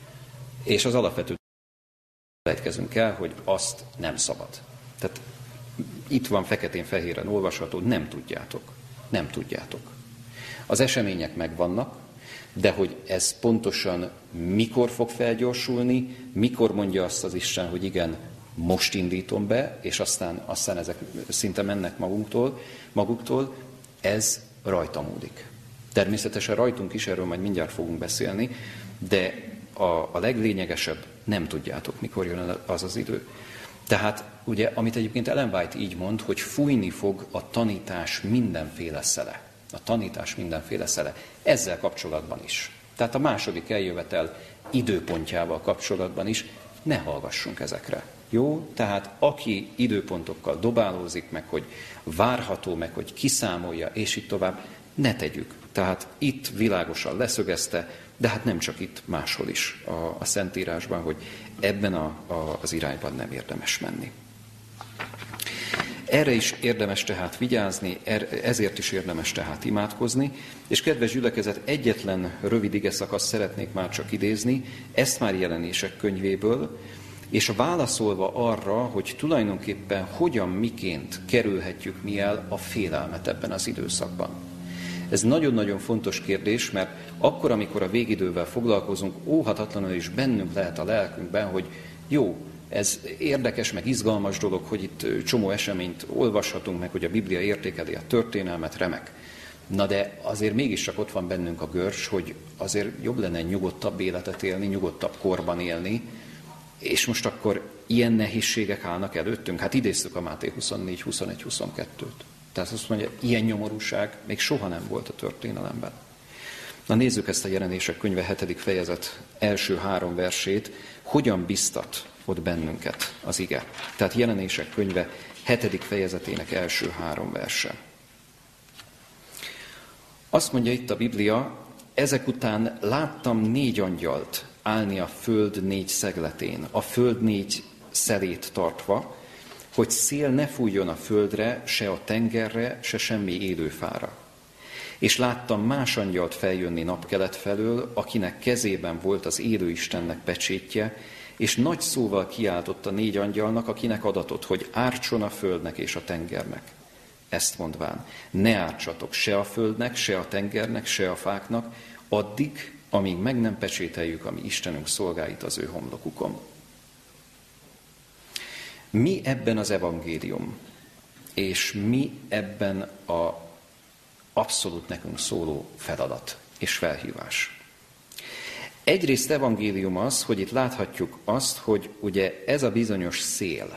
és az alapvető felejtkezünk el, hogy azt nem szabad. Tehát itt van feketén-fehéren olvasható, nem tudjátok. Nem tudjátok. Az események megvannak, de hogy ez pontosan mikor fog felgyorsulni, mikor mondja azt az Isten, hogy igen, most indítom be, és aztán, aztán ezek szinte mennek magunktól, maguktól, ez rajta múlik. Természetesen rajtunk is, erről majd mindjárt fogunk beszélni, de a, a leglényegesebb, nem tudjátok, mikor jön az az idő. Tehát ugye, amit egyébként Ellen White így mond, hogy fújni fog a tanítás mindenféle szele. A tanítás mindenféle szele. Ezzel kapcsolatban is. Tehát a második eljövetel időpontjával kapcsolatban is ne hallgassunk ezekre. Jó? Tehát aki időpontokkal dobálózik, meg hogy várható, meg hogy kiszámolja, és így tovább, ne tegyük. Tehát itt világosan leszögezte, de hát nem csak itt, máshol is a, a Szentírásban, hogy ebben a, a, az irányban nem érdemes menni. Erre is érdemes tehát vigyázni, ezért is érdemes tehát imádkozni, és kedves gyülekezet, egyetlen rövid igeszakaszt szeretnék már csak idézni, ezt már Jelenések könyvéből, és válaszolva arra, hogy tulajdonképpen hogyan, miként kerülhetjük mi el a félelmet ebben az időszakban. Ez nagyon-nagyon fontos kérdés, mert akkor, amikor a végidővel foglalkozunk, óhatatlanul is bennünk lehet a lelkünkben, hogy jó, ez érdekes, meg izgalmas dolog, hogy itt csomó eseményt olvashatunk, meg hogy a Biblia értékeli a történelmet, remek. Na de azért mégiscsak ott van bennünk a görs, hogy azért jobb lenne nyugodtabb életet élni, nyugodtabb korban élni, és most akkor ilyen nehézségek állnak előttünk. Hát idéztük a Máté huszonnégy, huszonegy, huszonkettőt. Tehát azt mondja, ilyen nyomorúság még soha nem volt a történelemben. Na nézzük ezt a Jelenések könyve hetedik fejezet első három versét, hogyan biztat ott bennünket az ige. Tehát Jelenések könyve hetedik fejezetének első három verse. Azt mondja itt a Biblia, ezek után láttam négy angyalt állni a föld négy szegletén, a föld négy szelét tartva, hogy szél ne fújjon a földre, se a tengerre, se semmi élőfára. És láttam más angyalt feljönni napkelet felől, akinek kezében volt az élő Istennek pecsétje, és nagy szóval kiáltott a négy angyalnak, akinek adatott, hogy ártson a földnek és a tengernek. Ezt mondván, ne ártsatok se a földnek, se a tengernek, se a fáknak, addig, amíg meg nem pecsételjük a mi Istenünk szolgáit az ő homlokukon. Mi ebben az evangélium, és mi ebben a abszolút nekünk szóló feladat és felhívás? Egyrészt evangélium az, hogy itt láthatjuk azt, hogy ugye ez a bizonyos szél,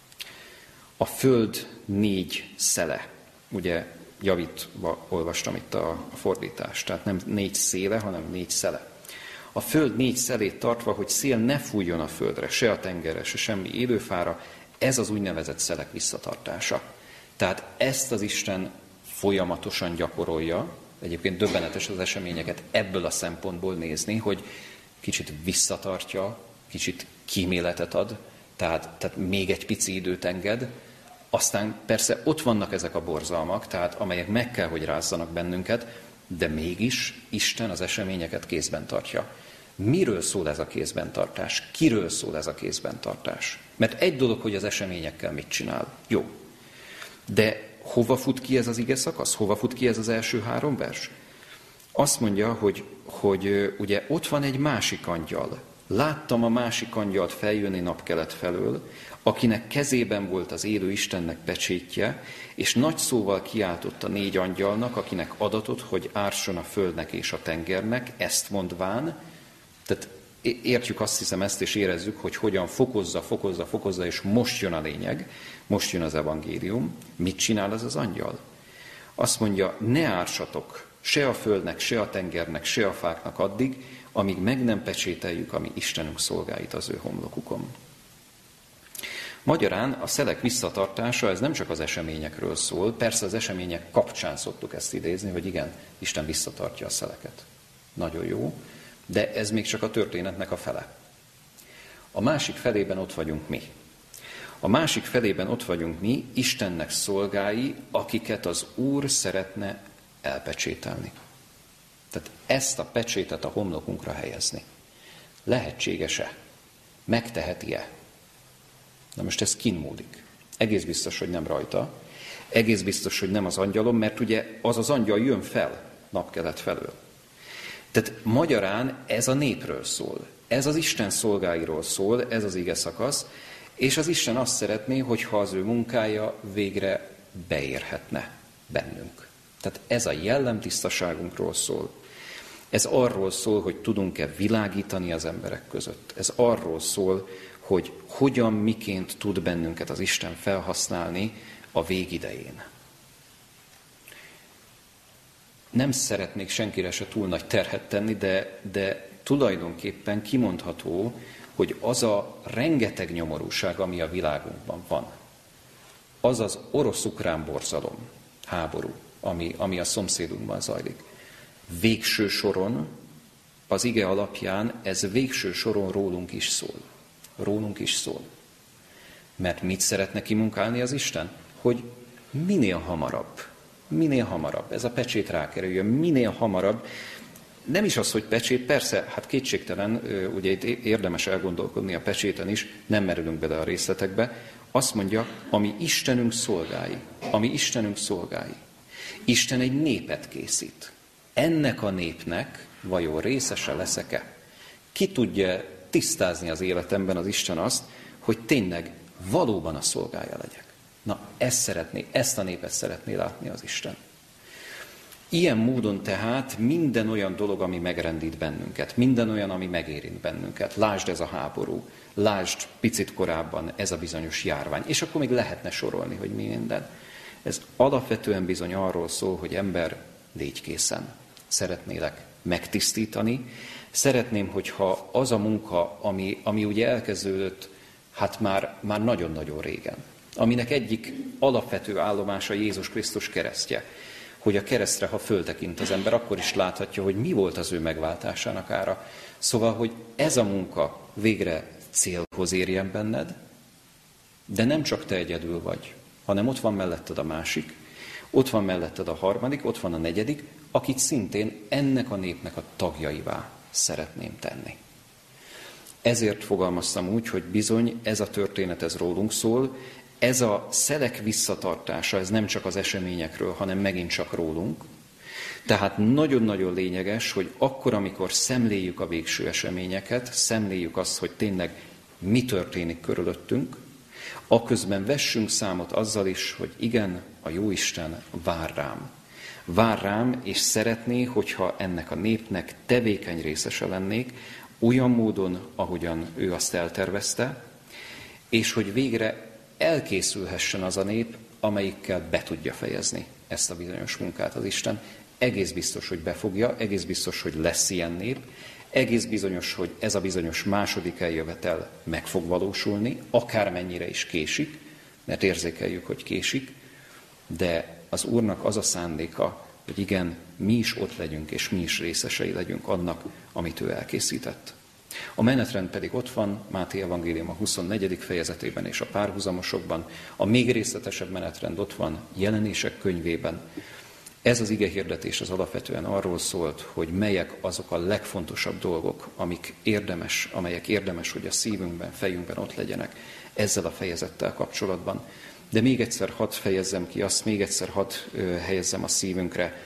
a föld négy szele, ugye javítva olvastam itt a fordítást, tehát nem négy széle, hanem négy szele. A föld négy szelét tartva, hogy szél ne fújjon a földre, se a tengerre, se semmi élőfára, ez az úgynevezett szelek visszatartása. Tehát ezt az Isten folyamatosan gyakorolja, egyébként döbbenetes az eseményeket ebből a szempontból nézni, hogy kicsit visszatartja, kicsit kíméletet ad, tehát, tehát még egy pici időt enged, aztán persze ott vannak ezek a borzalmak, tehát amelyek meg kell, hogy rázzanak bennünket, de mégis Isten az eseményeket kézben tartja. Miről szól ez a kézben tartás? Kiről szól ez a kézben tartás? Mert egy dolog, hogy az eseményekkel mit csinál. Jó. De hova fut ki ez az ige szakasz? Hova fut ki ez az első három vers? Azt mondja, hogy, hogy ugye ott van egy másik angyal. Láttam a másik angyalt feljönni napkelet felől, akinek kezében volt az élő Istennek pecsétje, és nagy szóval kiáltott a négy angyalnak, akinek adatott, hogy árson a földnek és a tengernek, ezt mondván, tehát értjük azt hiszem ezt, és érezzük, hogy hogyan fokozza, fokozza, fokozza, és most jön a lényeg, most jön az evangélium. Mit csinál ez az angyal? Azt mondja, ne ársatok se a földnek, se a tengernek, se a fáknak addig, amíg meg nem pecsételjük a mi Istenünk szolgáit az ő homlokukon. Magyarán a szelek visszatartása, ez nem csak az eseményekről szól, persze az események kapcsán szoktuk ezt idézni, hogy igen, Isten visszatartja a szeleket. Nagyon jó, de ez még csak a történetnek a fele. A másik felében ott vagyunk mi. A másik felében ott vagyunk mi, Istennek szolgái, akiket az Úr szeretne elpecsételni. Tehát ezt a pecsétet a homlokunkra helyezni. Lehetséges-e? Megteheti-e? Na most ez kin múlik. Egész biztos, hogy nem rajta. Egész biztos, hogy nem az angyalom, mert ugye az az angyal jön fel napkelet felől. Tehát magyarán ez a népről szól. Ez az Isten szolgáiról szól, ez az ige szakasz, és az Isten azt szeretné, hogyha az ő munkája végre beérhetne bennünk. Tehát ez a jellemtisztaságunkról szól. Ez arról szól, hogy tudunk-e világítani az emberek között. Ez arról szól, hogy hogyan, miként tud bennünket az Isten felhasználni a végidején. Nem szeretnék senkire se túl nagy terhet tenni, de, de tulajdonképpen kimondható, hogy az a rengeteg nyomorúság, ami a világunkban van, az az orosz-ukrán borzalom, háború, ami, ami a szomszédunkban zajlik. Végső soron, az ige alapján ez végső soron rólunk is szól. Rólunk is szól. Mert mit szeretne kimunkálni az Isten? Hogy minél hamarabb, minél hamarabb, ez a pecsét rákerüljön, minél hamarabb. Nem is az, hogy pecsét, persze, hát kétségtelen, ugye itt érdemes elgondolkodni a pecséten is, nem merülünk bele a részletekbe. Azt mondja, ami Istenünk szolgái, ami Istenünk szolgái. Isten egy népet készít. Ennek a népnek vajon részese leszek-e? Ki tudja tisztázni az életemben az Isten azt, hogy tényleg valóban a szolgája legyek? Na, ezt szeretné, ezt a népet szeretné látni az Isten. Ilyen módon tehát minden olyan dolog, ami megrendít bennünket, minden olyan, ami megérint bennünket, lásd ez a háború, lásd picit korábban ez a bizonyos járvány, és akkor még lehetne sorolni, hogy mi minden. Ez alapvetően bizony arról szól, hogy ember, légy készen, szeretnélek megtisztítani, szeretném, hogyha az a munka, ami, ami ugye elkezdődött, hát már, már nagyon-nagyon régen, aminek egyik alapvető állomása Jézus Krisztus keresztje, hogy a keresztre, ha föltekint az ember, akkor is láthatja, hogy mi volt az ő megváltásának ára. Szóval, hogy ez a munka végre célhoz érjen benned, de nem csak te egyedül vagy, hanem ott van melletted a másik, ott van melletted a harmadik, ott van a negyedik, akit szintén ennek a népnek a tagjaivá szeretném tenni. Ezért fogalmaztam úgy, hogy bizony ez a történet, ez rólunk szól, ez a szelek visszatartása, ez nem csak az eseményekről, hanem megint csak rólunk. Tehát nagyon-nagyon lényeges, hogy akkor, amikor szemléljük a végső eseményeket, szemléljük azt, hogy tényleg mi történik körülöttünk, aközben vessünk számot azzal is, hogy igen, a Jóisten vár rám. Vár rám, és szeretné, hogyha ennek a népnek tevékeny részese lennék, olyan módon, ahogyan ő azt eltervezte, és hogy végre elkészülhessen az a nép, amelyikkel be tudja fejezni ezt a bizonyos munkát az Isten. Egész biztos, hogy befogja, egész biztos, hogy lesz ilyen nép, egész bizonyos, hogy ez a bizonyos második eljövetel meg fog valósulni, akármennyire is késik, mert érzékeljük, hogy késik, de az Úrnak az a szándéka, hogy igen, mi is ott legyünk, és mi is részesei legyünk annak, amit ő elkészített. A menetrend pedig ott van, Máté evangélium a huszonnegyedik fejezetében és a párhuzamosokban, a még részletesebb menetrend ott van Jelenések könyvében. Ez az igehirdetés az alapvetően arról szólt, hogy melyek azok a legfontosabb dolgok, amik érdemes, amelyek érdemes, hogy a szívünkben, fejünkben ott legyenek ezzel a fejezettel kapcsolatban. De még egyszer hadd fejezzem ki azt, még egyszer hadd helyezzem a szívünkre.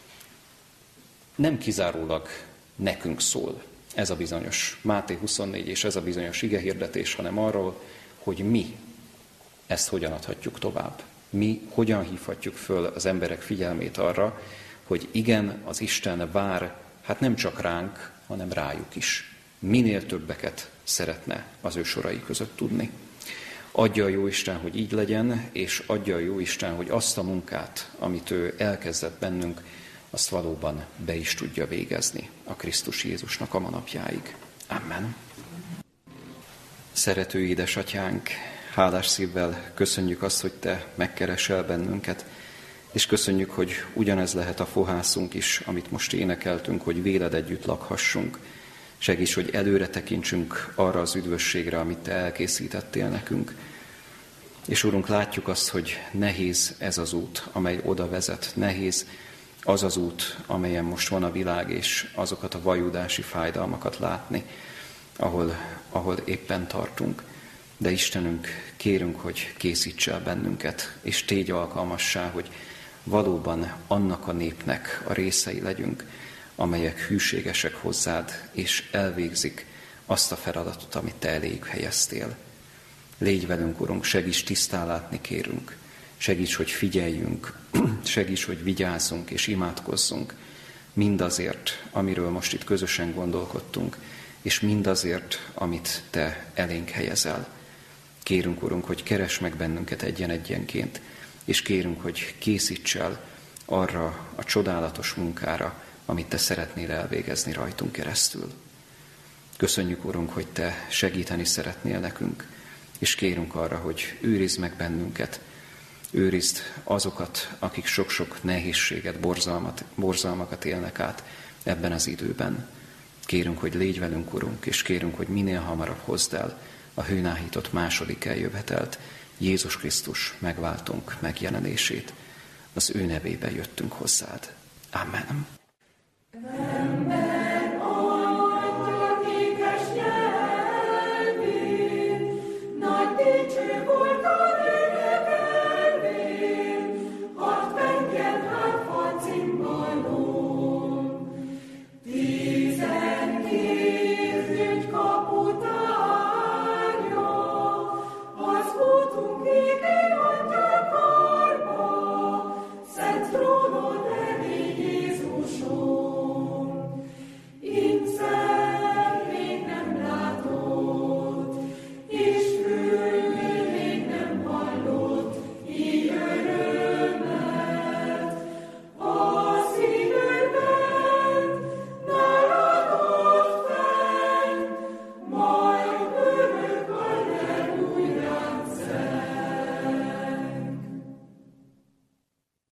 Nem kizárólag nekünk szól ez a bizonyos Máté huszonnégy és ez a bizonyos igehirdetés, hanem arról, hogy mi ezt hogyan adhatjuk tovább. Mi hogyan hívhatjuk föl az emberek figyelmét arra, hogy igen, az Isten vár, hát nem csak ránk, hanem rájuk is. Minél többeket szeretne az ő sorai között tudni. Adja a Jóisten, hogy így legyen, és adja a Jóisten, hogy azt a munkát, amit ő elkezdett bennünk, azt valóban be is tudja végezni a Krisztus Jézusnak a manapjáig. Amen. Szerető édesatyánk, hálás szívvel köszönjük azt, hogy te megkeresel bennünket, és köszönjük, hogy ugyanez lehet a fohászunk is, amit most énekeltünk, hogy véled együtt lakhassunk. Segíts, hogy előre tekintsünk arra az üdvösségre, amit te elkészítettél nekünk. És Úrunk, látjuk azt, hogy nehéz ez az út, amely oda vezet. Nehéz az az út, amelyen most van a világ, és azokat a vajudási fájdalmakat látni, ahol, ahol éppen tartunk. De Istenünk, kérünk, hogy készíts el bennünket, és tégy alkalmassá, hogy valóban annak a népnek a részei legyünk, amelyek hűségesek hozzád, és elvégzik azt a feladatot, amit te eléjük helyeztél. Légy velünk, Urunk, segíts tisztán látni, kérünk. Segíts, hogy figyeljünk, segíts, hogy vigyázzunk és imádkozzunk, mindazért, amiről most itt közösen gondolkodtunk, és mindazért, amit Te elénk helyezel. Kérünk, Urunk, hogy keresd meg bennünket egyen-egyenként, és kérünk, hogy készíts el arra a csodálatos munkára, amit Te szeretnél elvégezni rajtunk keresztül. Köszönjük, Urunk, hogy Te segíteni szeretnél nekünk, és kérünk arra, hogy őrizd meg bennünket, őrizd azokat, akik sok-sok nehézséget, borzalmat, borzalmakat élnek át ebben az időben. Kérünk, hogy légy velünk, Urunk, és kérünk, hogy minél hamarabb hozd el a hőnáhított második eljövetelt, Jézus Krisztus megváltunk megjelenését. Az ő nevébe jöttünk hozzád. Amen.